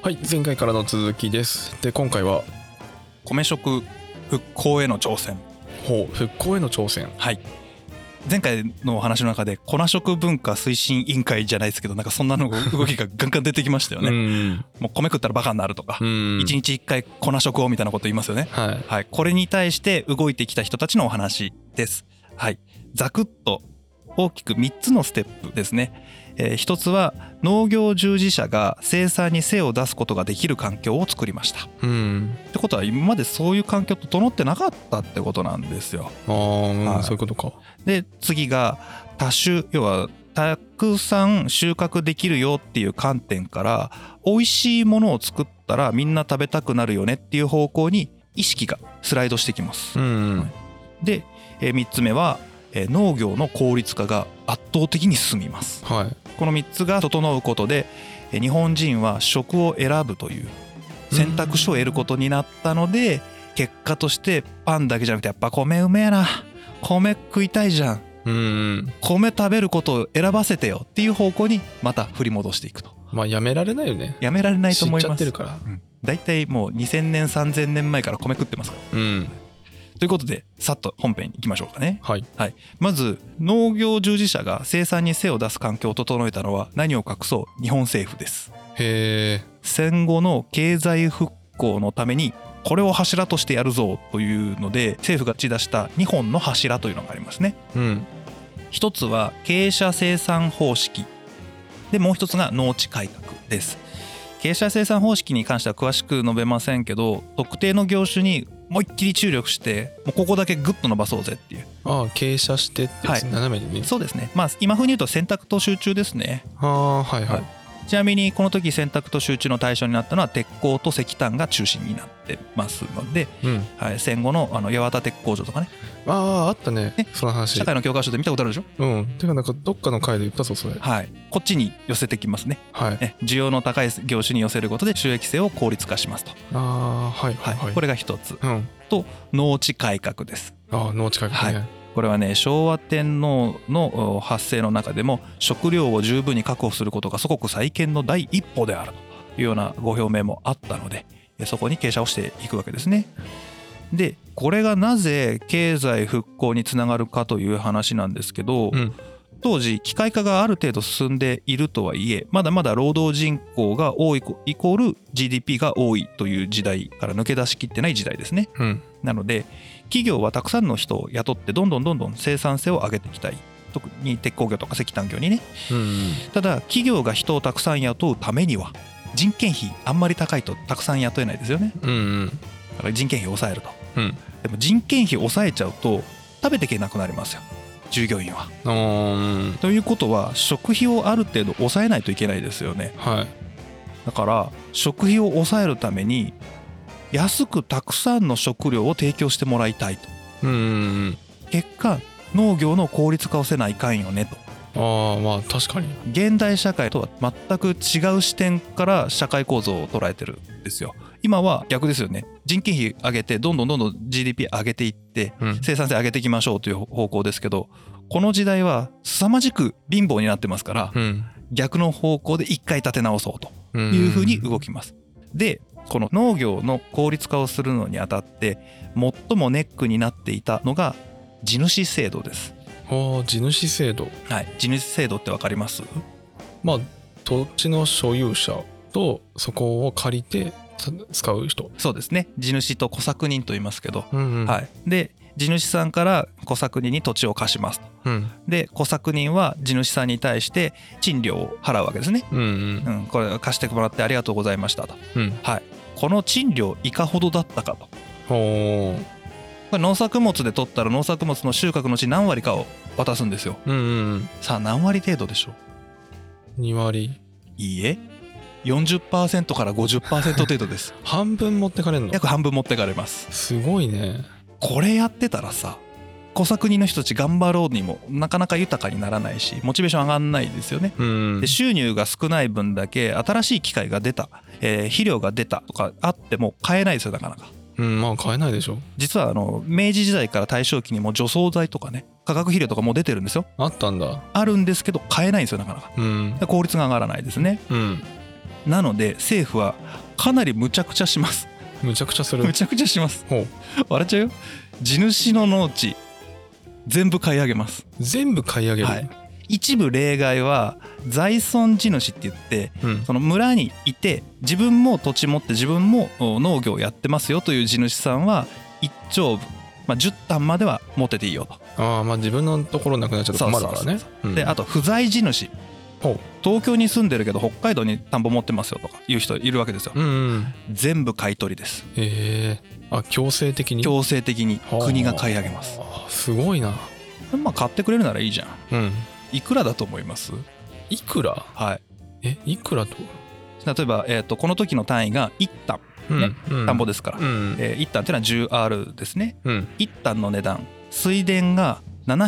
はい、前回からの続きです。で、今回は米食復興への挑戦。 復興への挑戦。 はい。前回のお話の中で粉食文化推進委員会じゃないですけど、なんかそんなの動きがガンガン出てきましたよね。もう米食ったらバカになるとか、一日一回粉食をみたいなこと言いますよね。はい。これに対して動いてきた人たちのお話です。はい。ざくっと大きく3つのステップですね。一つは農業従事者が生産に精を出すことができる環境を作りました。ってことは今までそういう環境整ってなかったってことなんですよ。 はい、そういうことか。 で次が多種、要はたくさん収穫できるよっていう観点から美味しいものを作ったらみんな食べたくなるよねっていう方向に意識がスライドしてきます。で3つ目は農業の効率化が圧倒的に進みます。この3つが整うことで日本人は食を選ぶという選択肢を得ることになったので、結果としてパンだけじゃなくてやっぱ米うめえな、米食いたいじゃん、米食べることを選ばせてよっていう方向にまた振り戻していくと。 やめられないよね。 やめられないと思います。 知っちゃってるから。 だいたいもう2000年3000年前から米食ってますから。ということでさっと本編に行きましょうかね。まず農業従事者が生産に精を出す環境を整えたのは何を隠そう日本政府です。戦後の経済復興のためにこれを柱としてやるぞというので政府が打ち出した2本の柱というのがありますね。一つは傾斜生産方式で、もう一つが農地改革です。傾斜生産方式に関しては詳しく述べませんけど、特定の業種に思いっきり注力してもうここだけグッと伸ばそうぜっていう。 傾斜してってやつ、斜めにね。 そうですね。今風に言うと選択と集中ですね。ちなみにこの時選択と集中の対象になったのは鉄鋼と石炭が中心になってますので、戦後の八幡鉄工所とかね。 あったね、その話。 社会の教科書で見たことあるでしょ。 てかなんかどっかの回で言ったぞそれ。 こっちに寄せてきますね。需要の高い業種に寄せることで収益性を効率化しますと。これが一つ、と農地改革です。 農地改革ね。 これはね、昭和天皇の発生の中でも食料を十分に確保することが祖国再建の第一歩であるというようなご表明もあったので、そこに傾斜をしていくわけですね。でこれがなぜ経済復興につながるかという話なんですけど、当時機械化がある程度進んでいるとはいえ、まだまだ労働人口が多いイコール GDP が多いという時代から抜け出しきってない時代ですね。なので企業はたくさんの人を雇ってどんどん生産性を上げていきたい。特に鉄鋼業とか石炭業にね。ただ企業が人をたくさん雇うためには人件費あんまり高いとたくさん雇えないですよね。だから人件費を抑えると。でも人件費を抑えちゃうと食べていけなくなりますよ、従業員は。ということは食費をある程度抑えないといけないですよね。だから食費を抑えるために安くたくさんの食料を提供してもらいたいと。結果農業の効率化をせないかんよねと。 確かに現代社会とは全く違う視点から社会構造を捉えてるんですよ。今は逆ですよね。人件費上げてどんどん GDP 上げていって、生産性上げていきましょうという方向ですけど、この時代は凄まじく貧乏になってますから、逆の方向で一回立て直そうというふうに動きます。でこの農業の効率化をするのにあたって最もネックになっていたのが地主制度です。 地主制度。 地主制度って分かります？ 土地の所有者とそこを借りて使う人。そうですね。地主と小作人と言いますけど、で地主さんから小作人に土地を貸しますと。で小作人は地主さんに対して賃料を払うわけですね。これ貸してもらってありがとうございましたと。この賃料いかほどだったかと。これ農作物で取ったら農作物の収穫のうち何割かを渡すんですよ。さあ何割程度でしょう？2割。 いいえ、40% から 50% 程度です。 半分持ってかれるの？ 約半分持ってかれます。 すごいね。 これやってたらさ、小作人の人たち頑張ろうにもなかなか豊かにならないし、モチベーション上がんないですよね。で収入が少ない分だけ新しい機械が出た、肥料が出たとかあっても買えないですよ、なかなか。 買えないでしょ。 実は明治時代から大正期にも除草剤とかね、化学肥料とかも出てるんですよ。 あったんだ。 あるんですけど買えないんですよ、なかなか。効率が上がらないですね。 なので政府はかなりむちゃくちゃします。 むちゃくちゃする。 むちゃくちゃします。 ほう。 笑っちゃうよ。地主の農地全部買い上げます。 全部買い上げる。 はい、一部例外は在村地主って言って、その村にいて自分も土地持って自分も農業をやってますよという地主さんは一丁部、10反までは持ってていいよと。 ああ、まあ自分のところなくなっちゃうと困るからね。 であと不在地主、東京に住んでるけど北海道に田んぼ持ってますよとかいう人いるわけですよ。全部買い取りです。 あ、強制的に国が買い上げます。 すごいな。 まあ買ってくれるならいいじゃん。いくらだと思います？ いくら？ はい。 いくらと？ 例えば、この時の単位が1反、田んぼですから、1反っていうのは 10R ですね。1反の値段、水田が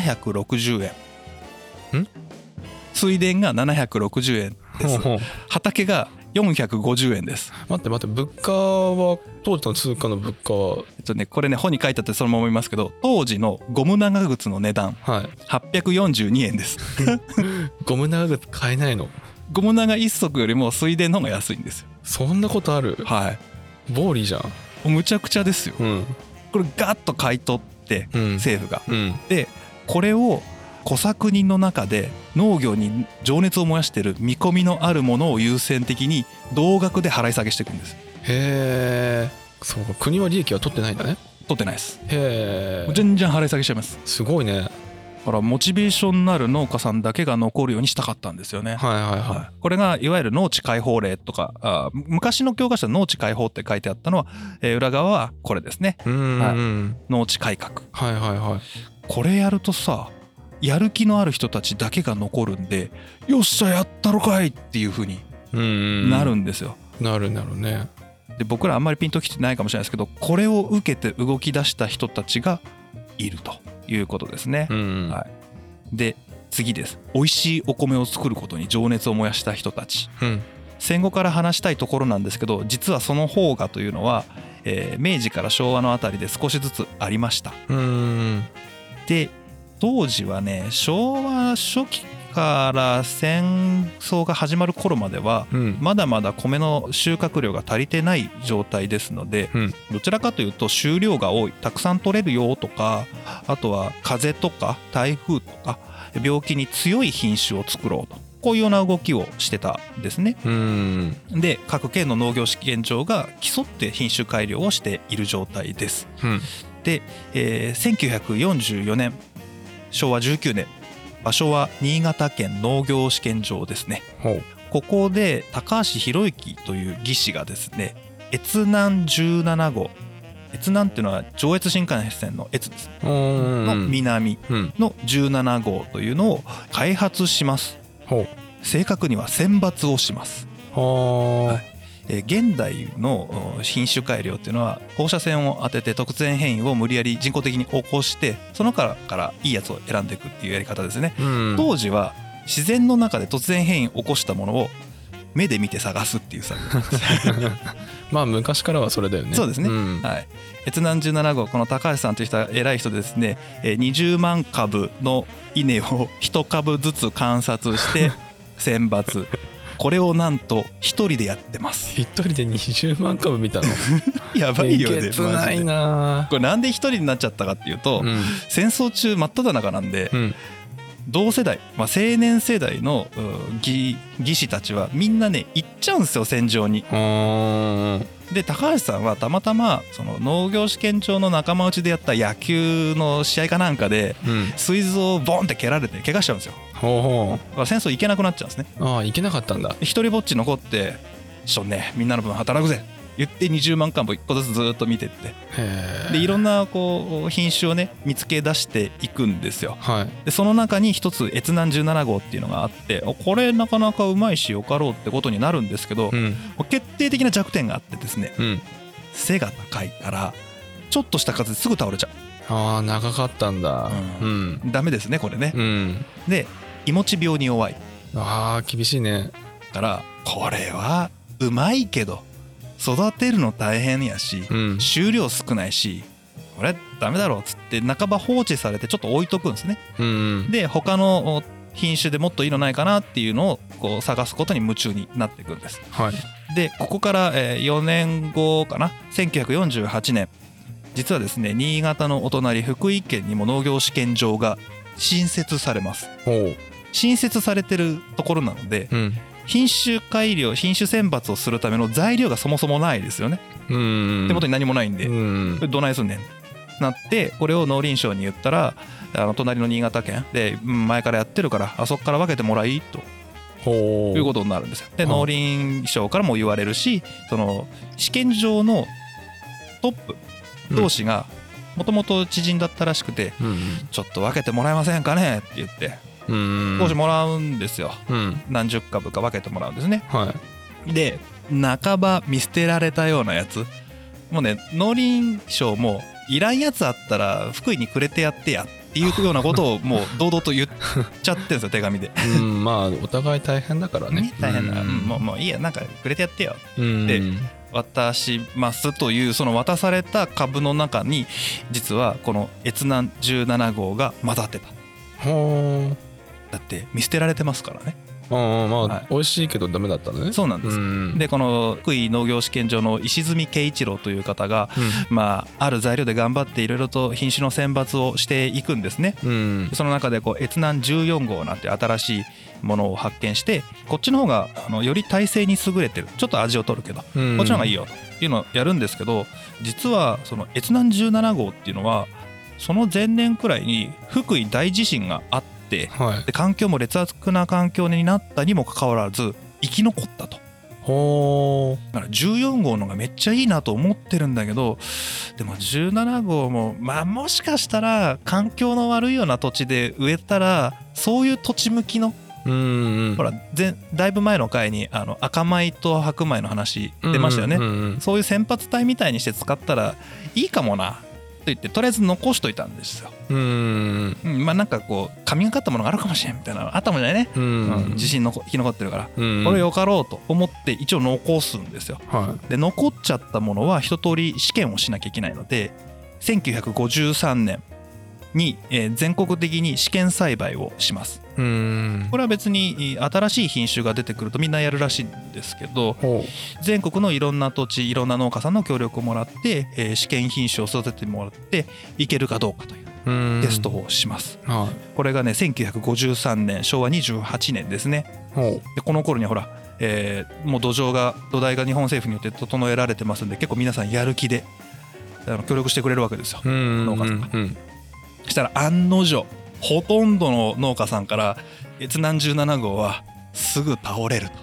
760円。水田が760円です。畑が450円です。 待って物価は当時の通貨の物価はこれね本に書いてあってそのまま言いますけど、当時のゴム長靴の値段、842円です。 ゴム長靴買えないの？ ゴム長一足よりも水田の方が安いんですよ。 そんなことある？ はい。 暴利じゃん。 むちゃくちゃですよ。これガッと買い取って政府が、でこれを小作人の中で農業に情熱を燃やしている見込みのあるものを優先的に同額で払い下げしていくんです。 へえ。そうか、国は利益は取ってないんだね。 取ってないです。 へえ。 全然払い下げしちゃいます。 すごいね。 だからモチベーションのある農家さんだけが残るようにしたかったんですよね。これがいわゆる農地開放令とか、昔の教科書で農地開放って書いてあったのは、裏側はこれですね。農地改革。これやるとさ、やる気のある人たちだけが残るんで、よっしゃやったろかいっていう風になるんですよ。 なるね。 で僕らあんまりピンときてないかもしれないですけど、これを受けて動き出した人たちがいるということですね。で次です。美味しいお米を作ることに情熱を燃やした人たち、戦後から話したいところなんですけど、実はその方がというのは、明治から昭和のあたりで少しずつありました。で当時はね、昭和初期から戦争が始まる頃までは、まだまだ米の収穫量が足りてない状態ですので、どちらかというと収量が多い、たくさん取れるよとか、あとは風とか台風とか病気に強い品種を作ろうと、こういうような動きをしてたんですね。で各県の農業試験場が競って品種改良をしている状態です。で、1944年昭和19年、場所は新潟県農業試験場ですね。ここで高橋博之という技師がですね、越南17号、越南っていうのは上越新幹線の越ですの南の17号というのを開発します。正確には選抜をします。現代の品種改良っていうのは放射線を当てて突然変異を無理やり人工的に起こして、そのからいいやつを選んでいくっていうやり方ですね。当時は自然の中で突然変異を起こしたものを目で見て探すっていう作業まあ昔からはそれだよね。 そうですね。越南17号、この高橋さんという人は偉い人でですね、20万株の稲を1株ずつ観察して選抜これをなんと一人でやってます。 一人で20万株見たのやばいよね。 えげつないな。 これなんで一人になっちゃったかっていうと、戦争中真っ只中なんで、同世代、青年世代の技師たちはみんなね行っちゃうんですよ、戦場に。で高橋さんはたまたまその農業試験場の仲間内でやった野球の試合かなんかで膵臓をボンって蹴られて怪我しちゃうんですよ。戦争行けなくなっちゃうんですね。 行けなかったんだ。 一人ぼっち残って「しょねみんなの分働くぜ」言って20万株1個ずつずっと見てって、でいろんなこう品種をね見つけ出していくんですよ。でその中に一つ越南17号っていうのがあって、これなかなかうまいしよかろうってことになるんですけど、決定的な弱点があってですね、背が高いからちょっとした風ですぐ倒れちゃう。 長かったんだ。 ダメですねこれね。でいもち病に弱い。 厳しいね。 だからこれはうまいけど育てるの大変やし、収量少ないしこれダメだろうっつって半ば放置されてちょっと置いとくんですね。で他の品種でもっといいのないかなっていうのをこう探すことに夢中になっていくんです。 でここから4年後かな、1948年、実はですね新潟のお隣福井県にも農業試験場が新設されます。新設されてるところなので、品種改良、品種選抜をするための材料がそもそもないですよね。手元に何もないんで、これどないすんねんなって、これを農林省に言ったら、隣の新潟県で前からやってるから、あそこから分けてもらいということになるんですよ。で農林省からも言われるし、その試験場のトップ同士がもともと知人だったらしくて、ちょっと分けてもらえませんかねって言って当時もらうんですよ。何十株か分けてもらうんですね。で半ば見捨てられたようなやつ、もうね農林省もいらんやつあったら福井にくれてやってやっていうようなことをもう堂々と言っちゃってるんですよ、手紙で。 まあお互い大変だからね。 大変だ、もういいや、なんかくれてやってよって渡しますという、その渡された株の中に実はこの越南17号が混ざってた。だって見捨てられてますからね。美味しいけどダメだったのね。そうなんです。でこの福井農業試験場の石積圭一郎という方が、ある材料で頑張っていろいろと品種の選抜をしていくんですね。その中で越南14号なんて新しいものを発見して、こっちの方がより耐性に優れてる、ちょっと味を取るけど、こっちの方がいいよというのをやるんですけど、実はその越南17号っていうのはその前年くらいに福井大地震があって、で環境も劣悪な環境になったにもかかわらず生き残ったと。だから14号のがめっちゃいいなと思ってるんだけど、でも17号ももしかしたら環境の悪いような土地で植えたら、そういう土地向きのほらだいぶ前の回に赤米と白米の話出ましたよね。そういう先発体みたいにして使ったらいいかもなと言って、とりあえず残しといたんですよ。なんかこう神がかったものがあるかもしれんみたいなあったもんじゃないね。自信生き残ってるから、これよかろうと思って一応残すんですよ。で残っちゃったものは一通り試験をしなきゃいけないので、1953年に全国的に試験栽培をします。これは別に新しい品種が出てくるとみんなやるらしいんですけど、全国のいろんな土地いろんな農家さんの協力をもらって試験品種を育ててもらっていけるかどうかというテストをします。これがね1953年昭和28年ですね。でこの頃にはほら、もう土台が日本政府によって整えられてますんで、結構皆さんやる気で協力してくれるわけですよ、農家さんが。したら案の定ほとんどの農家さんから越南17号はすぐ倒れる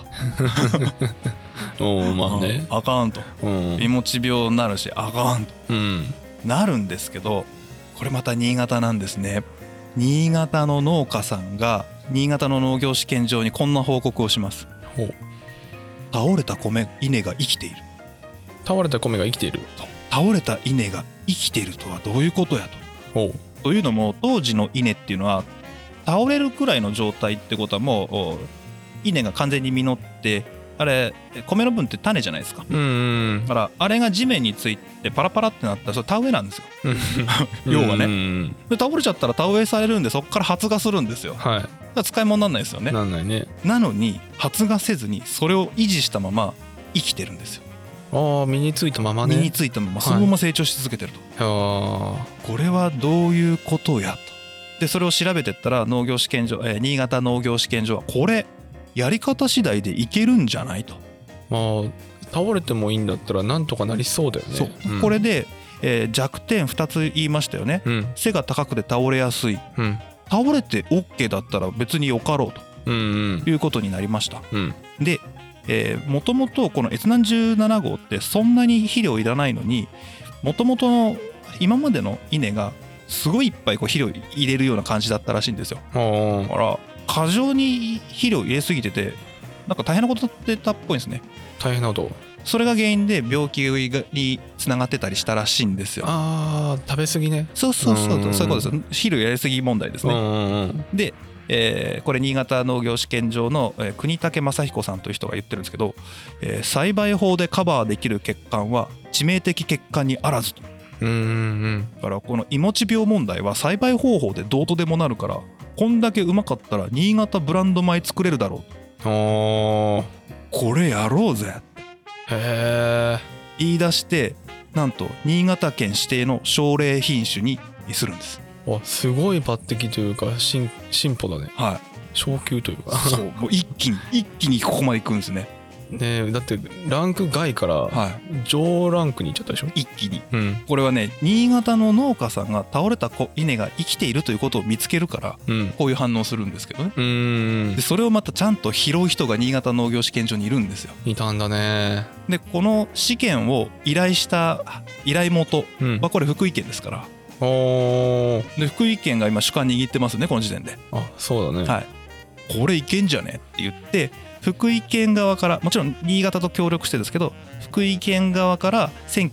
とあかんと、いもち病になるしあかんと、なるんですけど、これまた新潟なんですね。新潟の農家さんが新潟の農業試験場にこんな報告をします。倒れた稲が生きている。 倒れた米が生きている。 倒れた稲が生きているとはどういうことやと。というのも当時の稲っていうのは倒れるくらいの状態ってことはもう稲が完全に実って、あれ米の分って種じゃないですか。だからあれが地面についてパラパラってなったらそれ田植えなんですよ要はね。で倒れちゃったら田植えされるんで、そこから発芽するんですよ。だから使い物にならないですよね。 なんないね。 なのに発芽せずにそれを維持したまま生きてるんですよ。 身についたままね。 身についたままそのまま成長し続けてると。これはどういうことやと。でそれを調べてったら農業試験場、新潟農業試験場はこれやり方次第でいけるんじゃないと。 倒れてもいいんだったらなんとかなりそうだよね。 これで、弱点2つ言いましたよね。背が高くて倒れやすい、倒れて OK だったら別によかろうということになりました。でもともとこの越南17号ってそんなに肥料いらないのに、もともとの今までの稲がすごいいっぱいこう肥料入れるような感じだったらしいんですよ。だから過剰に肥料入れすぎててなんか大変なことってたっぽいんですね。 大変なこと。 それが原因で病気につながってたりしたらしいんですよ。 食べ過ぎね。 そういうことです。肥料やりすぎ問題ですね。でこれ新潟農業試験場の国武正彦さんという人が言ってるんですけど、栽培法でカバーできる欠陥は致命的欠陥にあらずと。だからこのいもち病問題は栽培方法でどうとでもなるから、こんだけうまかったら新潟ブランド米作れるだろうと。これやろうぜへ言い出して、なんと新潟県指定の奨励品種にするんです。 え。すごい抜擢というか進歩だね。 は昇級というかい。そうもう一気にここまで行くんですね。 ねえ、だってランク外からは上ランクに行っちゃったでしょ。 い。一気に。 うんこれはね、新潟の農家さんが倒れた稲が生きているということを見つけるからうんこういう反応するんですけどね。 んでそれをまたちゃんと拾う人が新潟農業試験場にいるんですよ。 いたんだね。 でこの試験を依頼した依頼元うんはこれ福井県ですから、 おー、 で福井県が今主観握ってますねこの時点で。 あ、そうだね。 はい、これいけんじゃねって言って福井県側から、もちろん新潟と協力してですけど、福井県側から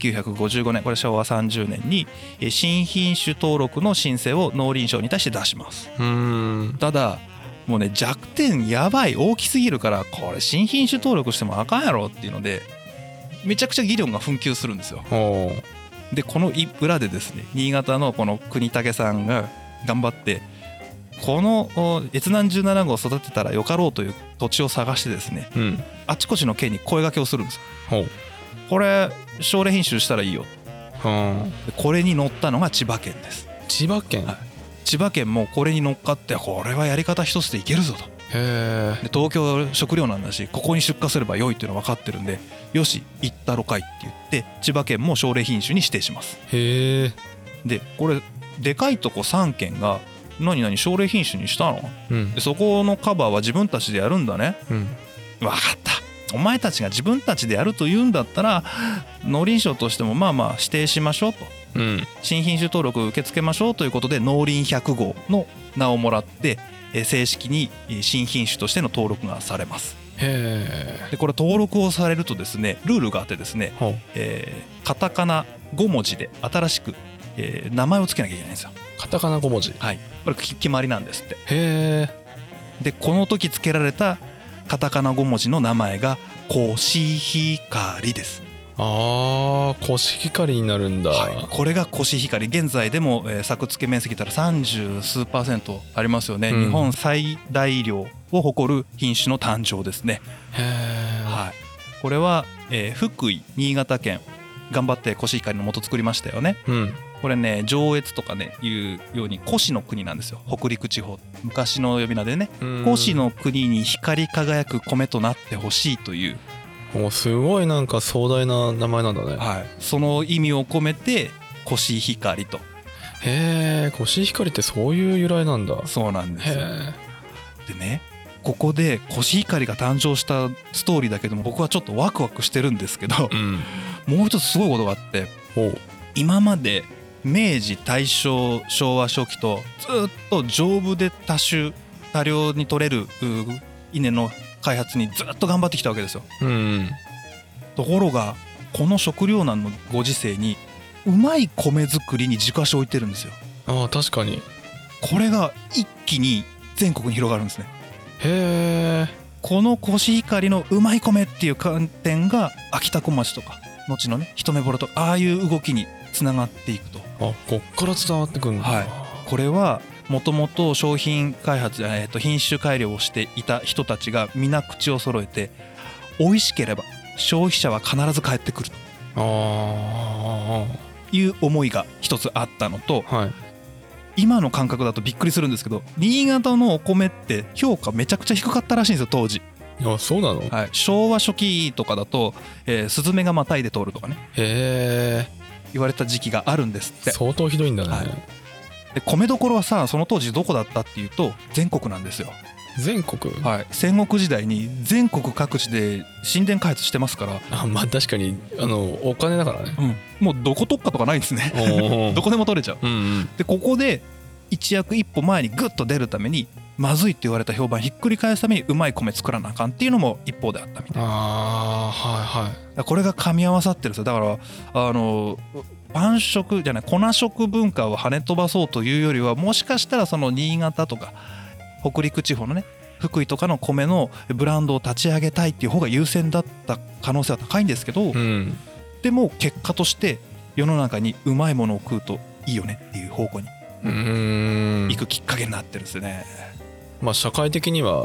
1955年、これ昭和30年に新品種登録の申請を農林省に対して出します。ただもうね、弱点やばい、大きすぎるから、これ新品種登録してもあかんやろっていうのでめちゃくちゃ議論が紛糾するんですよ。 おー、 でこの裏でですね、新潟のこの国武さんが頑張ってこの越南17号を育てたらよかろうという土地を探してですね、 うんあちこちの県に声掛けをするんですよ。 ほう、 これ奨励品種したらいいよ。 はでこれに乗ったのが千葉県です。 千葉県、 はい、千葉県もこれに乗っかって、これはやり方一つでいけるぞと。 へえ。 で東京食料なんだしここに出荷すれば良いっていうのは分かってるんで、よし行ったろかいって言って千葉県も奨励品種に指定します。 へえ。 でこれでかいとこ3県が何奨励品種にしたの？ うんでそこのカバーは自分たちでやるんだね。 うん分かった、お前たちが自分たちでやると言うんだったら農林省としてもまあまあ指定しましょうと、 うん新品種登録受け付けましょうということで農林100号の名をもらって正式に新品種としての登録がされます。 へえ。 でこれ登録をされるとですね、ルールがあってですね、 ほう、 カタカナ5文字で新しく、名前を付けなきゃいけないんですよ。 カタカナ5文字。 はい、これ決まりなんですって。 へえ。 でこの時付けられたカタカナ5文字の名前がコシヒカリです。 あー、コシヒカリになるんだ。 はい、これがコシヒカリ、現在でも、作付け面積たら30数%ありますよね、 うん日本最大量を誇る品種の誕生ですね。 へえ。 はい、これは、福井新潟県頑張ってコシヒカリの元作りましたよね。 うんこれね、上越とかねいうように古紙の国なんですよ、北陸地方。昔の呼び名でね、古紙の国に光り輝く米となってほしいという、 もうすごいなんか壮大な名前なんだね。 はい、その意味を込めてコシヒカリと。 へえ。コシヒカリってそういう由来なんだ。 そうなんですよ。 へでね、ここでコシヒカリが誕生したストーリーだけども、僕はちょっとワクワクしてるんですけど、 え。うんもう一つすごいことがあって、 ほう。 今まで明治大正昭和初期とずっと丈夫で多量に取れる稲の開発にずっと頑張ってきたわけですよ。 うんところがこの食糧難のご時世にうまい米作りに軸足を置いてるんですよ。 ああ、確かに。 これが一気に全国に広がるんですね。 へえ。 このコシヒカリのうまい米っていう観点が秋田小町とか後のね一目ぼれとか、ああいう動きにつながっていくと。 あ、こっから伝わってくるんだ。 はい、これはもともと商品開発、品種改良をしていた人たちが皆口を揃えて、美味しければ消費者は必ず帰ってくるあという思いが一つあったのと、 あ、はい。 今の感覚だとびっくりするんですけど、新潟のお米って評価めちゃくちゃ低かったらしいんですよ当時。 あ、そうなの。へはい、昭和初期とかだと、スズメがまたいで通るとかねえ。 言われた時期があるんですって。 相当ひどいんだね。 はいで米どころはさ、その当時どこだったっていうと全国なんですよ。 全国。 はい、戦国時代に全国各地で神殿開発してますから、 あ、まあ確かにお金だからね。 もうどこ特化とかないんですねおどこでも取れちゃう。 うんうん。 でここで一躍一歩前にグッと出るために、まずいって言われた評判ひっくり返すためにうまい米作らなあかんっていうのも一方であったみたいな。 ああ、はいはい。 これが噛み合わさってるんですよ。だからパン食じゃない粉食文化を跳ね飛ばそうというよりは、もしかしたらその新潟とか北陸地方のね福井とかの米のブランドを立ち上げたいっていう方が優先だった可能性は高いんですけど、 うん。 でも結果として世の中にうまいものを食うといいよねっていう方向に行くきっかけになってるんですよね。 まあ社会的には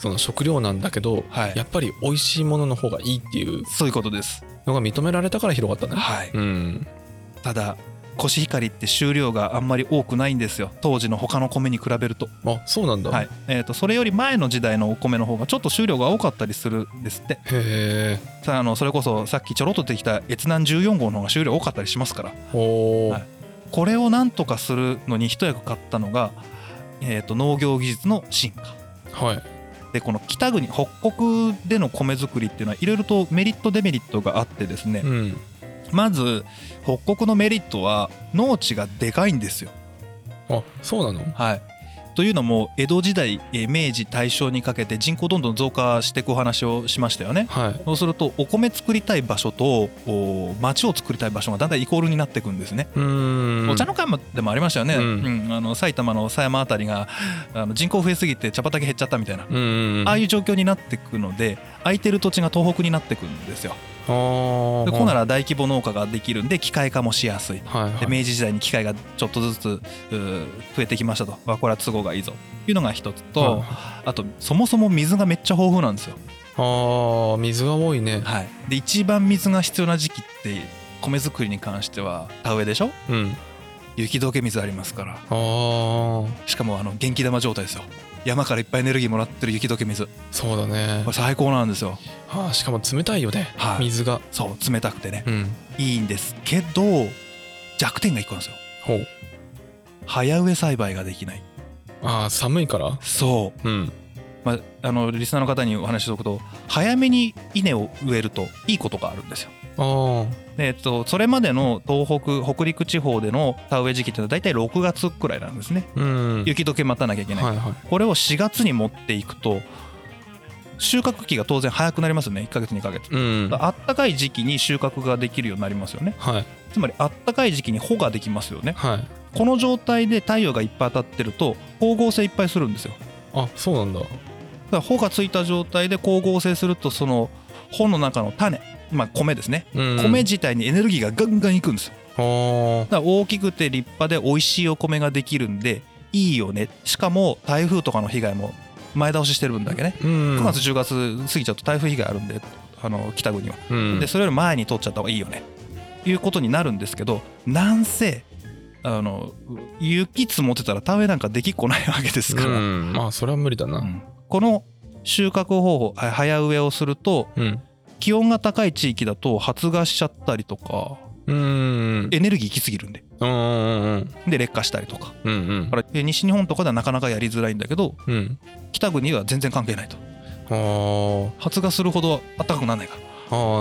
その食料なんだけど、 はいやっぱり美味しいものの方がいいっていうそういうことです。 のが認められたから広がったね。 はい、 うん。 ただコシヒカリって収量があんまり多くないんですよ、当時の他の米に比べると。 あ、そうなんだ。 はい、それより前の時代のお米の方がちょっと収量が多かったりするんですって。 へえ。 さあ、それこそさっきちょろっと出てきた越南14号の方が収量多かったりしますから。 おー、 はい、これをなんとかするのに一役買ったのが、農業技術の進化。 はい。 でこの北国北国での米作りっていうのはいろいろとメリットデメリットがあってですね、 うん。 まず北国のメリットは農地がでかいんですよ。 あ、そうなの？ はい、というのも江戸時代明治大正にかけて人口どんどん増加していくお話をしましたよね。 はい。 そうするとお米作りたい場所と町を作りたい場所がだんだんイコールになっていくんですね。お茶の会でもありましたよね、埼玉の狭山あたりが人口増えすぎて茶畑減っちゃったみたいな、ああいう状況になっていくので空いてる土地が東北になっていくんですよ。でこうなら大規模農家ができるんで機械化もしやすい、 はいはい、 で明治時代に機械がちょっとずつ増えてきましたと、これは都合がいいぞというのが一つと、 はい、 あとそもそも水がめっちゃ豊富なんですよ。 ああ、水が多いね。 はい、で一番水が必要な時期って米作りに関しては田植えでしょ、 うん、 雪解け水ありますから。 あ、 しかも元気玉状態ですよ。山からいっぱいエネルギーもらってる雪解け水。 そうだね。 これ最高なんですよ。 はあ、しかも冷たいよね、はい、水が。 そう冷たくてね、 うん、 いいんですけど弱点が1個なんですよ。 ほう。 早植え栽培ができない。 ああ、寒いから。 そう、リスナーの方にお話ししておくと早めに稲を植えるといいことがあるんですよ。でそれまでの東北北陸地方での田植え時期っていうのは大体6月くらいなんですね、うん、雪解け待たなきゃいけない、はいはい、これを4月に持っていくと収穫期が当然早くなりますよね。1ヶ月2ヶ月、うん、あったかい時期に収穫ができるようになりますよね、はい、つまりあったかい時期に穂ができますよね、はい、この状態で太陽がいっぱい当たってると光合成いっぱいするんですよ。 あ、そうなんだ。 だから穂がついた状態で光合成するとその穂の中の種、米ですね、うん、米自体にエネルギーがガンガンいくんですよ。だから大きくて立派で美味しいお米ができるんでいいよね。しかも台風とかの被害も前倒ししてる分だけね、9月10月過ぎちゃうと台風被害あるんで北国は、でそれより前に取っちゃった方がいいよねいうことになるんですけど、なんせ雪積もってたら田植えなんかできっこないわけですから、 まあそれは無理だな、 この収穫方法早植えをすると、気温が高い地域だと発芽しちゃったりとか、エネルギーきすぎるんで、で劣化したりとか、西日本とかではなかなかやりづらいんだけど、北国は全然関係ないと。発芽するほど暖かくならないから。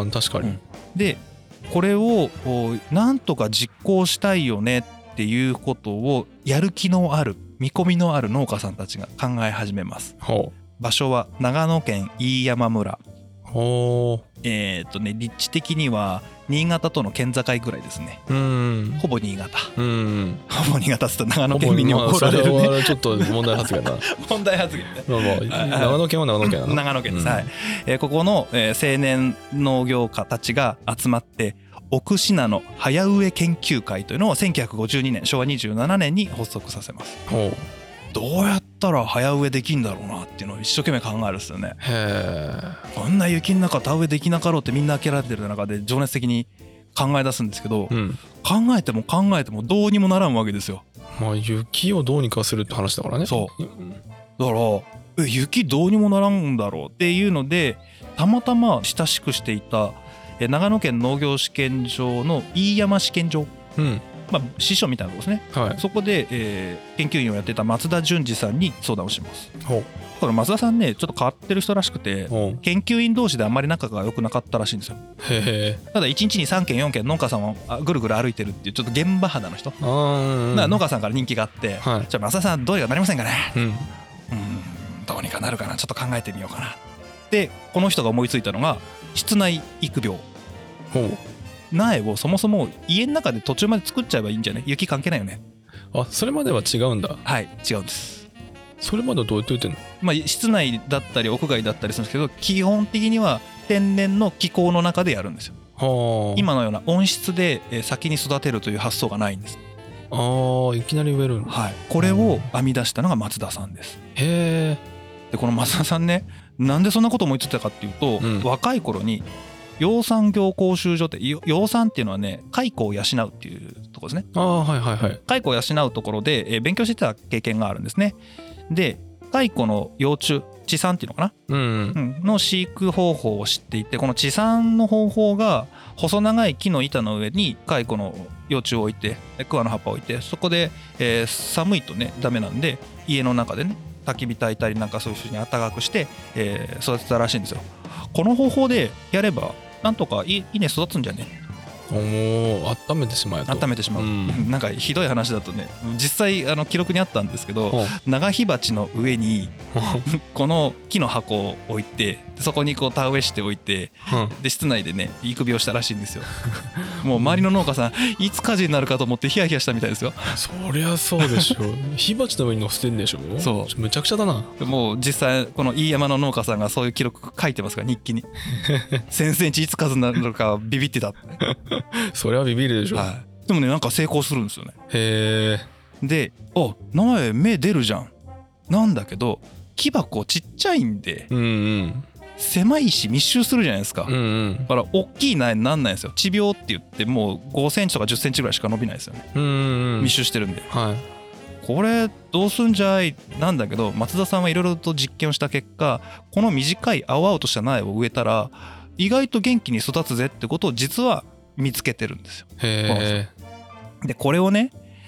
確かに、 でこれをなんとか実行したいよねっていうことをやる気のある見込みのある農家さんたちが考え始めます。場所は長野県飯山村。立地的には新潟との県境ぐらいですね。ほぼ新潟。ほぼ新潟っつったら長野県民に怒られるね。 それはちょっと問題発言だ。 問題発言ね。 長野県は長野県なの。 長野県です。はい。ここの青年農業家たちが集まって奥信濃早植え研究会というのを1952年昭和27年に発足させます。どうやったら早植えできんだろうなっていうのを一生懸命考えるんですよね。こんな雪の中田植えできなかろうってみんな諦めてる中で情熱的に考え出すんですけど、考えても考えてもどうにもならんわけですよ。 雪をどうにかするって話だからね。 そうだから雪どうにもならんだろうっていうのでたまたま親しくしていた長野県農業試験場の飯山試験場、師匠みたいなことですね、そこで、研究員をやってた松田淳二さんに相談をします。だから松田さんねちょっと変わってる人らしくて研究員同士であんまり仲が良くなかったらしいんですよ。ただ1日に3軒4軒農家さんをぐるぐる歩いてるっていうちょっと現場肌の人だから農家さんから人気があって、じゃあ松田さんどうにかなりませんかね、どうにかなるかなちょっと考えてみようかなでこの人が思いついたのが室内育苗。苗をそもそも家の中で途中まで作っちゃえばいいんじゃない？雪関係ないよね。 それまでは違うんだ。 はい、違うんです。 それまではどうやって言ってんの？ 室内だったり屋外だったりするんですけど基本的には天然の気候の中でやるんですよ。今のような温室で先に育てるという発想がないんです。 いきなり植えるんだ。 これを編み出したのが松田さんです。 でこの松田さんね、なんでそんなこと思いついたかっていうと、若い頃に養蚕業講習所って、養蚕っていうのはね、蚕を養うっていうところですね。 はいはいはい。 蚕を養うところで勉強してた経験があるんですね。で蚕の幼虫、稚蚕っていうのかな、の飼育方法を知っていて、この稚蚕の方法が細長い木の板の上に蚕の幼虫を置いて、桑の葉っぱを置いて、そこで、寒いとねダメなんで、家の中でね焚き火焚いたりなんかそういう風に暖かくして、育てたらしいんですよ。この方法でやればなんとか稲育つんじゃね。 温めてしまうと。 温めてしまう、なんかひどい話だとね、実際記録にあったんですけど、長火鉢の上にこの木の箱を置いて、そこにこう田植えしておいて、で室内でね育苗したらしいんですよ。もう周りの農家さんいつ火事になるかと思ってヒヤヒヤしたみたいですよ。 そりゃそうでしょ。火鉢の上に乗せてんでしょ。そうむちゃくちゃだな。 もう実際この飯山の農家さんがそういう記録書いてますから、日記に。先々日いつ火事になるかビビってたって。 それはビビるでしょ、 でもねなんか成功するんですよね。 へえ。で名前芽出るじゃん。なんだけど木箱ちっちゃいんで、狭いし密集するじゃないですか、だから大きい苗になんないんですよ。地苗って言ってもう5センチとか10センチぐらいしか伸びないですよね、密集してるんで、これどうすんじゃいなんだけど、松田さんはいろいろと実験をした結果、この短い青々とした苗を植えたら意外と元気に育つぜってことを実は見つけてるんですよ。 へー。でこれをね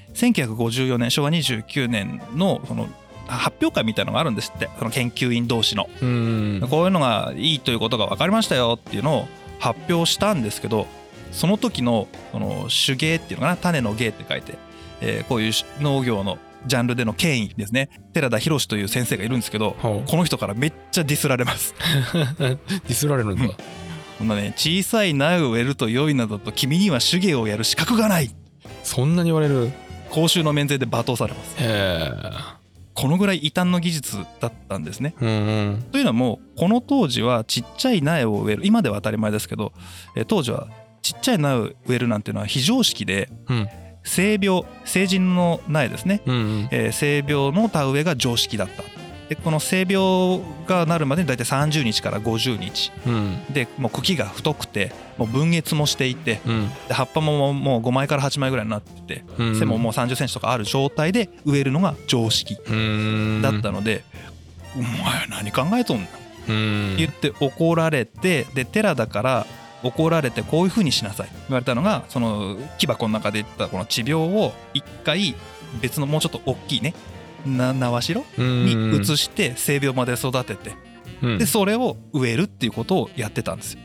1954年昭和29年のその発表会みたいなのがあるんですって。その研究員同士のこういうのがいいということが分かりましたよっていうのを発表したんですけど、その時のその手芸っていうのかな、種の芸って書いて、こういう農業のジャンルでの権威ですね、寺田博という先生がいるんですけど、この人からめっちゃディスられます。 ディスられるんだ。 こんなね、小さい苗を植えると良いなどと君には手芸をやる資格がない、 そんなに言われる。 公衆の免税で罵倒されます。このぐらい異端の技術だったんですね。というのもこの当時はちっちゃい苗を植える、今では当たり前ですけど、当時はちっちゃい苗を植えるなんていうのは非常識で、成人の苗ですね、成苗の田植えが常識だった。でこの成苗がなるまでに大体30日から50日、でもう茎が太くてもう分裂もしていて、で葉っぱももう5枚から8枚ぐらいになってて、背ももう30センチとかある状態で植えるのが常識だったので、お前何考えとんの言って怒られて、で寺だから怒られてこういう風にしなさい言われたのが、その木箱の中で言ったこの地苗を一回別のもうちょっと大きいね縄代に移して成苗まで育てて、でそれを植えるっていうことをやってたんですよ。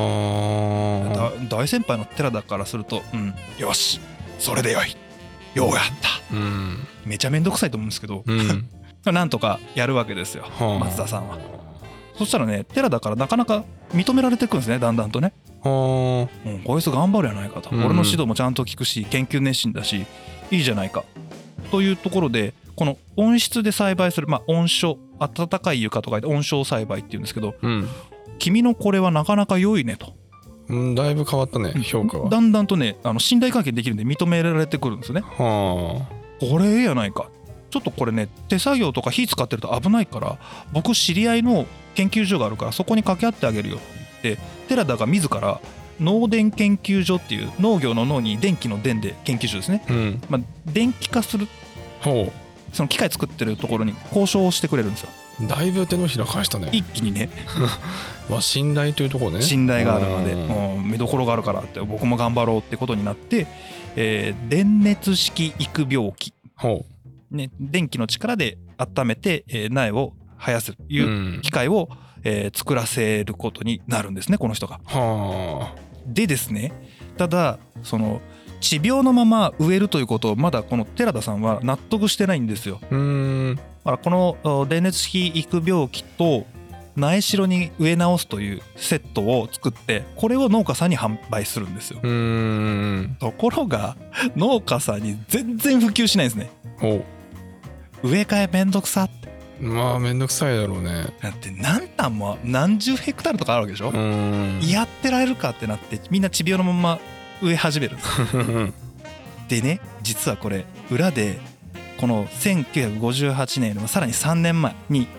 大先輩の寺田からすると、よしそれでよい、ようやった、めちゃめんどくさいと思うんですけど、なんとかやるわけですよ、松田さんは。そしたらね、寺田からなかなか認められていくんですね、だんだんとね。こいつ頑張るやないかと、俺の指導もちゃんと聞くし研究熱心だしいいじゃないかというところで、この温室で栽培する、温床、暖かい床とかで温床栽培っていうんですけど、君のこれはなかなか良いねと、 だいぶ変わったね、評価は。 だんだんとね信頼関係できるんで認められてくるんですよね。これええやないか、ちょっとこれね手作業とか火使ってると危ないから、僕知り合いの研究所があるからそこに掛け合ってあげるよって言って、寺田が自ら農電研究所っていう、農業の農に電気の電で研究所ですね、電気化する、その機械作ってるところに交渉をしてくれるんですよ。 だいぶ手のひら返したね、 一気にね。 信頼というところね、 信頼があるので、見どころがあるからって僕も頑張ろうってことになって、電熱式育苗機、電気の力で温めて、苗を生やすという機械を、作らせることになるんですね、この人が。でですね、ただその地苗のまま植えるということをまだこの寺田さんは納得してないんですよ。この電熱式育苗機と苗代に植え直すというセットを作って、これを農家さんに販売するんですよ。ところが農家さんに全然普及しないんですね。植え替えめんどくさって。 めんどくさいだろうね。 だって何単も何十ヘクタールとかあるわけでしょ。やってられるかってなって、みんな地苗のまま植え始めるんですでね、実はこれ裏でこの1958年のさらに3年前に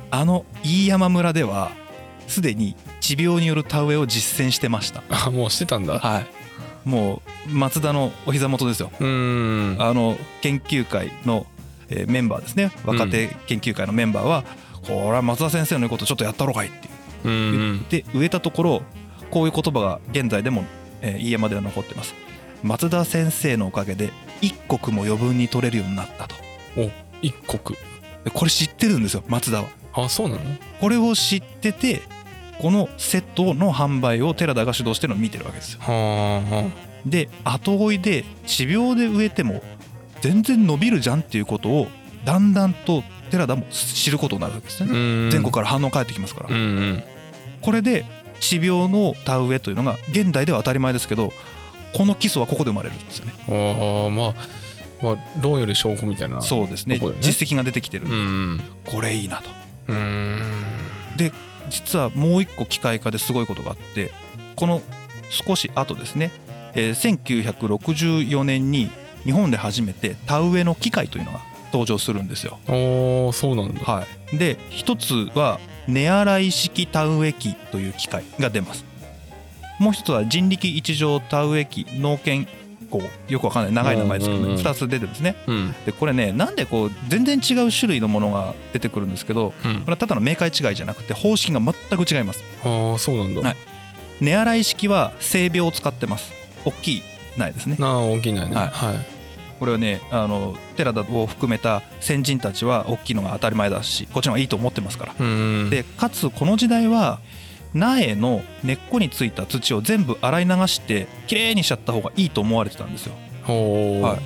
飯山村ではすでに地病による田植えを実践してました。 あ、もうしてたんだ。 はい。もう松田のお膝元ですよ。研究会のメンバーですね、若手研究会のメンバーは、これは松田先生の言うことちょっとやったろかいって言って植えたところ、こういう言葉が現在でも飯山では残ってます。松田先生のおかげで一石も余分に取れるようになったと。 お、一石。 これ知ってるんですよ、松田は。 あ、そうなの？ これを知ってて、このセットの販売を寺田が主導してるのを見てるわけですよ。で、後追いで地病で植えても全然伸びるじゃんっていうことをだんだんと寺田も知ることになるわけですね。全国から反応返ってきますから。これで地病の田植えというのが現代では当たり前ですけど、この基礎はここで生まれるんですよね。 まあ論より証拠みたいな。 そうですね。実績が出てきてるんで、これいいなと。で、実はもう一個機械化ですごいことがあって、この少し後ですね、1964年に日本で初めて田植えの機械というのが登場するんですよ。 そうなんだ。 はい。で、一つは根洗い式田植え機という機械が出ます。もう一つは人力一乗田植え機農研こうよくわかんない長い名前ですけどね、2つ出てるんですね。でこれね、なんでこう全然違う種類のものが出てくるんですけど、これはただのメーカー違いじゃなくて方式が全く違います。 そうなんだ。 はい。根洗い式は性病を使ってます。大きい苗ですね。 大きい苗ね。 はい。これはね、寺田を含めた先人たちは大きいのが当たり前だし、こっちの方がいいと思ってますから。でかつこの時代は苗の根っこについた土を全部洗い流してきれいにしちゃった方がいいと思われてたんですよ。はい、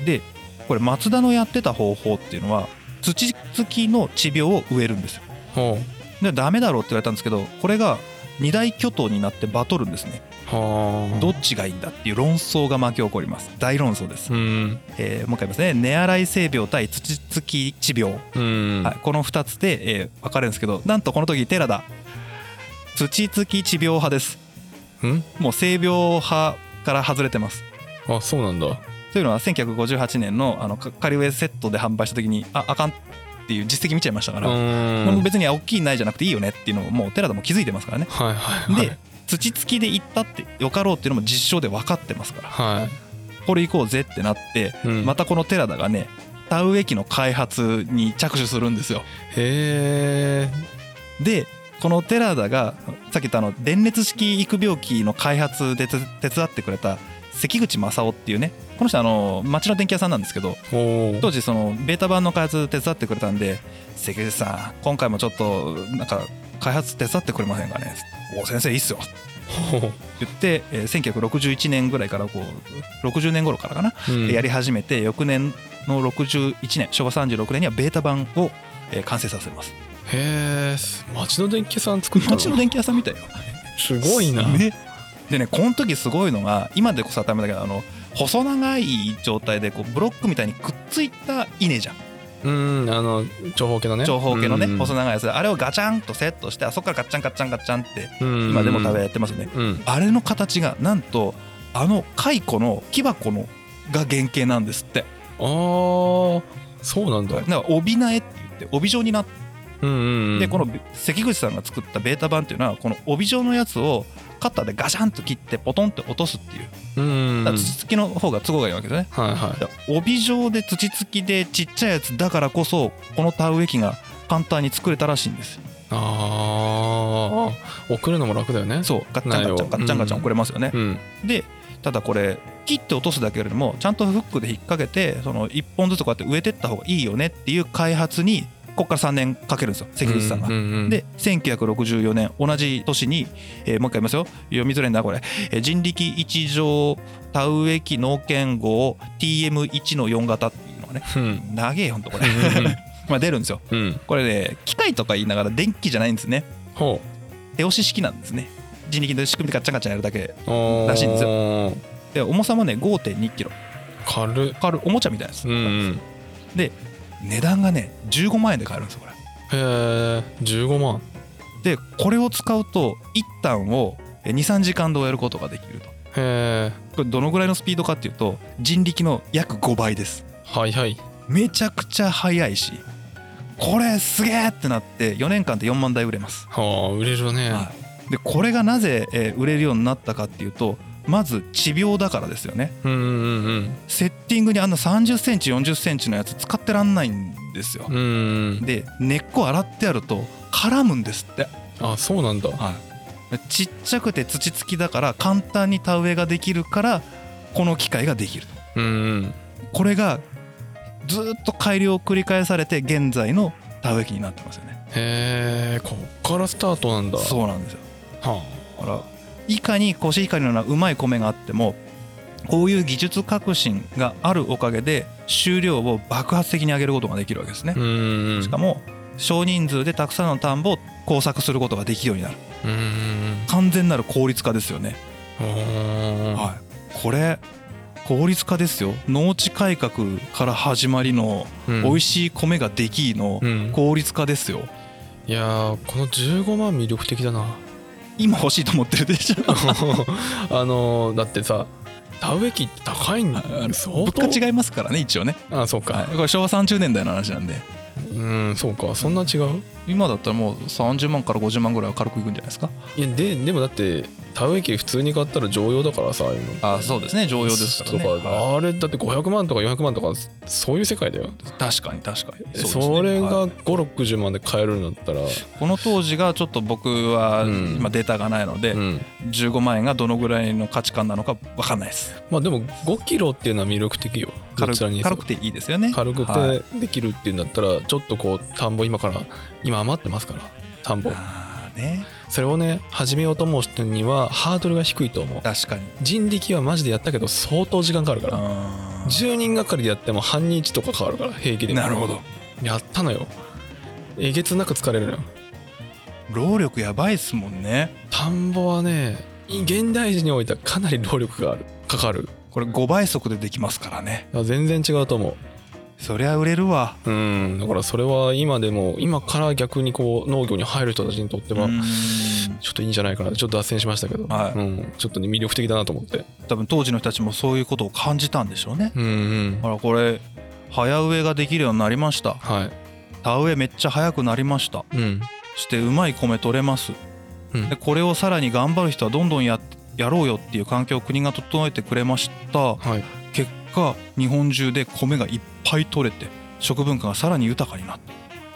でこれ松田のやってた方法っていうのは土付きの地病を植えるんですよ。でダメだろうって言われたんですけど、これが二大巨頭になってバトるんですね。どっちがいいんだっていう論争が巻き起こります。大論争です。もう一回言いますね。根洗い性病対土付き地病、はい、この2つで、分かれるんですけど、なんとこの時寺田土付き地病派です。もう性病派から外れてます。 あ、そうなんだ。 というのは1958年の仮植えセットで販売した時にあかんっていう実績見ちゃいましたから、もう別に大きい苗じゃなくていいよねっていうのをもう寺田も気づいてますからね。で土付きで行ったってよかろうっていうのも実証で分かってますから、これ行こうぜってなって、またこの寺田がね田植え機の開発に着手するんですよ。でこの寺田がさっき言った電熱式育苗機の開発で手伝ってくれた関口正夫っていうね、この人町の電気屋さんなんですけど、当時そのベータ版の開発手伝ってくれたんで、関口さん今回もちょっとなんか開発手伝ってくれませんかね。お先生いいっすよ言って1961年ぐらいからこう60年頃からかな、やり始めて、翌年の61年昭和36年にはベータ版を完成させます。 へえ、町の電気屋さん作ったの？ 町の電気屋さんみたいよ。 すごいな。 でね、この時すごいのが、今でこそ当たり前だけど細長い状態でこうブロックみたいにくっついた稲じゃん。 長方形のね、 細長いやつ、あれをガチャンとセットして、あそこからガッチャンガッチャンガッチャンって今でも食べやってますよね。あれの形がなんと蚕の木箱のが原型なんですって。 そうなんだ。 だから帯苗って言って帯状になって、でこの関口さんが作ったベータ版っていうのはこの帯状のやつをカッターでガシャンと切ってポトンって落とすっていう、土付きの方が都合がいいわけですね。帯状で土付きでちっちゃいやつだからこそこの田植え機が簡単に作れたらしいんです。 送るのも楽だよね。 そう、ガッチャンガッチャンガッチャンガッチャン送れますよね。でただこれ切って落とすだけよりもちゃんとフックで引っ掛けてその1本ずつこうやって植えてった方がいいよねっていう開発にここから3年かけるんですよ、関口さんが。で1964年同じ年に、もう一回言いますよ、読みづらいんだこれ、人力一乗田植え機農研号 TM1 の4型っていうのがね、長えよほんとこれまあ出るんですよ。これね機械とか言いながら電気じゃないんですね。手押し式なんですね。人力の仕組みでガッチャンガッチャンやるだけらしいんですよ。で重さもね 5.2 キロ、軽おもちゃみたいです。で値段がね15万円で買えるんですよこれ。 15万でこれを使うと一旦を 2,3 時間で終えることができると。これどのぐらいのスピードかっていうと人力の約5倍です。 はいはい。 めちゃくちゃ速いし、 これすげえってなって4年間で4万台売れます。 はあ、売れるね。 はい、でこれがなぜ売れるようになったかっていうと、まず致病だからですよね。 うんうんうん。 セッティングにあんな30センチ40センチのやつ使ってらんないんですよ。で根っこ洗ってあると絡むんですって。 あ、そうなんだ。 はい、ちっちゃくて土付きだから簡単に田植えができるからこの機械ができる。これがずっと改良を繰り返されて現在の田植え機になってますよね。 へえ、こっからスタートなんだ。 そうなんですよ。 はあ、だからいかにコシヒカリのようなうまい米があっても、こういう技術革新があるおかげで収量を爆発的に上げることができるわけですね。しかも少人数でたくさんの田んぼを耕作することができるようになる。完全なる効率化ですよね。はい、これ効率化ですよ。農地改革から始まりの美味しい米ができの効率化ですよ。 いやー、この15万魅力的だな。 今欲しいと思ってるでしょ。 だってさ、田植え機って高いんだ。 物価違いますからね一応ね。 あ、そうか、 はい、これ昭和30年代の話なんで。 そうか、そんな違う。 今だったらもう30万から50万ぐらいは軽くいくんじゃないですか。 いや、でもだって田植え機普通に買ったら常用だからさ。 あ、そうですね、常用ですからね。 あれだって500万とか400万とかそういう世界だよ。 確かに確かに。 それが560万で買えるんだったら、 この当時がちょっと僕は今データがないので15万円がどのぐらいの価値観なのか分かんないです。 まあでも5キロっていうのは魅力的よ。 軽くていいですよね。 軽くてできるっていうんだったら、ちょっとこう田んぼ今余ってますから、田んぼね、 それをね始めようと思う人にはハードルが低いと思う。 確かに。 人力はマジでやったけど相当時間かかるから、10人がかりでやっても半日とかかかるから平気で。 なるほど。 やったのよ。えげつなく疲れるのよ。 労力やばいっすもんね。 田んぼはね、現代人においてはかなり労力がかかる。 これ5倍速でできますからね。 全然違うと思う。 そりゃ売れるわ。 だからそれは今から逆にこう農業に入る人たちにとってはちょっといいんじゃないかな。ちょっと脱線しましたけど、ちょっとね魅力的だなと思って。 多分当時の人たちもそういうことを感じたんでしょうね。ほらこれ早植えができるようになりました。はい、田植えめっちゃ早くなりました。そしてうまい米取れます。でこれをさらに頑張る人はどんどんやろうよっていう環境を国が整えてくれました。結果日本中で米がいっぱい取れて食文化がさらに豊かになった。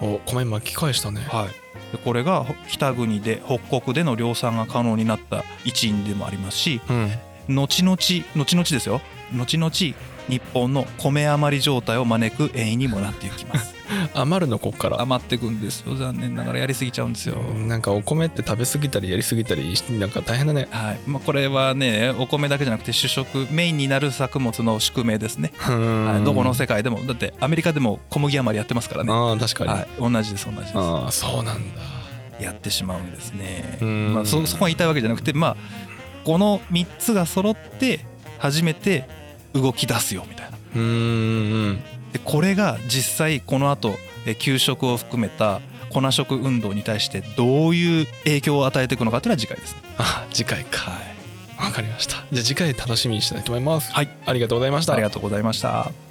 米巻き返したね。 はい、でこれが北国で北国での量産が可能になった一因でもありますし、後々ですよ、後々日本の米余り状態を招く原因にもなっていきます。 余るのこっから余っていくんですよ。残念ながらやりすぎちゃうんですよ。 なんかお米って食べ過ぎたりやり過ぎたりなんか大変だね。 はい、これはねお米だけじゃなくて主食メインになる作物の宿命ですね。どこの世界でもだってアメリカでも小麦余りやってますからね。 ああ確かに、 同じです。 ああそうなんだ。 やってしまうんですね。そこが言いたいわけじゃなくて、この3つが揃って初めて動き出すよみたいな。でこれが実際この後給食を含めた粉食運動に対してどういう影響を与えていくのかというのは次回ですね。 次回か。わかりました。じゃあ次回楽しみにしたいと思います。 はい、 ありがとうございました。 ありがとうございました。